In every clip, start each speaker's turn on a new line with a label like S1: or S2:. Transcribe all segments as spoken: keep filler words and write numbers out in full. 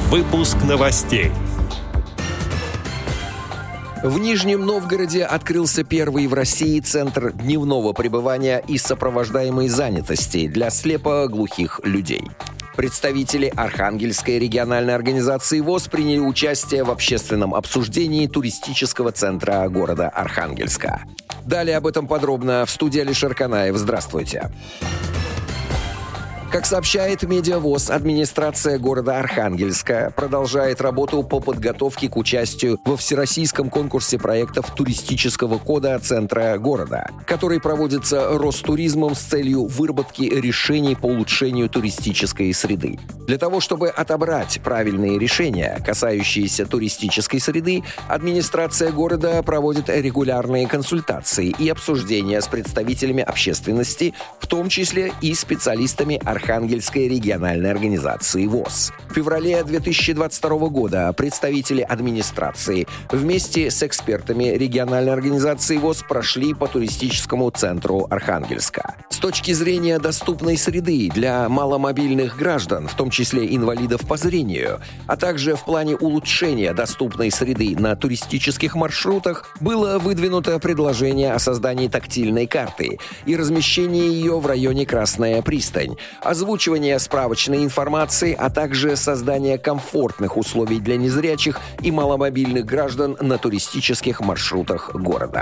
S1: Выпуск новостей.
S2: В Нижнем Новгороде открылся первый в России центр дневного пребывания и сопровождаемой занятости для слепоглухих людей. Представители Архангельской региональной организации ВОС приняли участие в общественном обсуждении туристического центра города Архангельска. Далее об этом подробно в студии Алишер Канаев. Здравствуйте. Как сообщает Медиавоз, администрация города Архангельска продолжает работу по подготовке к участию во всероссийском конкурсе проектов туристического кода центра города, который проводится Ростуризмом с целью выработки решений по улучшению туристической среды. Для того, чтобы отобрать правильные решения, касающиеся туристической среды, администрация города проводит регулярные консультации и обсуждения с представителями общественности, в том числе и специалистами Архангельской региональной организации ВОС. В феврале две тысячи двадцать второго года представители администрации вместе с экспертами региональной организации ВОС прошли по туристическому центру Архангельска. С точки зрения доступной среды для маломобильных граждан, в том числе инвалидов по зрению, а также в плане улучшения доступной среды на туристических маршрутах, было выдвинуто предложение о создании тактильной карты и размещении ее в районе Красная пристань, озвучивание справочной информации, а также создание комфортных условий для незрячих и маломобильных граждан на туристических маршрутах города.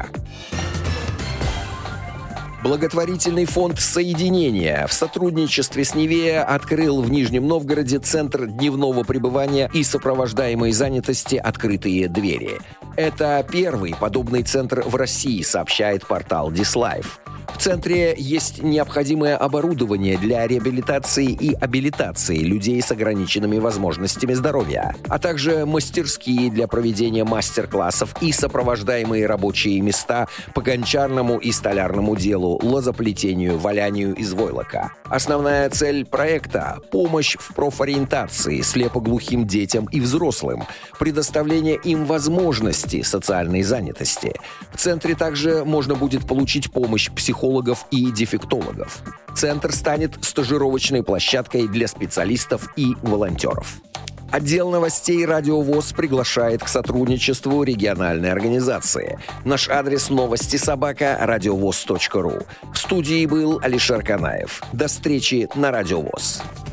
S2: Благотворительный фонд «Соединение» в сотрудничестве с Нивея открыл в Нижнем Новгороде центр дневного пребывания и сопровождаемой занятости «Открытые двери». Это первый подобный центр в России, сообщает портал Дислайф. В центре есть необходимое оборудование для реабилитации и абилитации людей с ограниченными возможностями здоровья, а также мастерские для проведения мастер-классов и сопровождаемые рабочие места по гончарному и столярному делу, лозоплетению, валянию из войлока. Основная цель проекта – помощь в профориентации слепоглухим детям и взрослым, предоставление им возможности социальной занятости. В центре также можно будет получить помощь психологов и дефектологов. Центр станет стажировочной площадкой для специалистов и волонтеров. Отдел новостей «Радио ВОС» приглашает к сотрудничеству региональной организации. Наш адрес новости собака радиовоз точка ру. В студии был Алишер Канаев. До встречи на «Радио ВОС».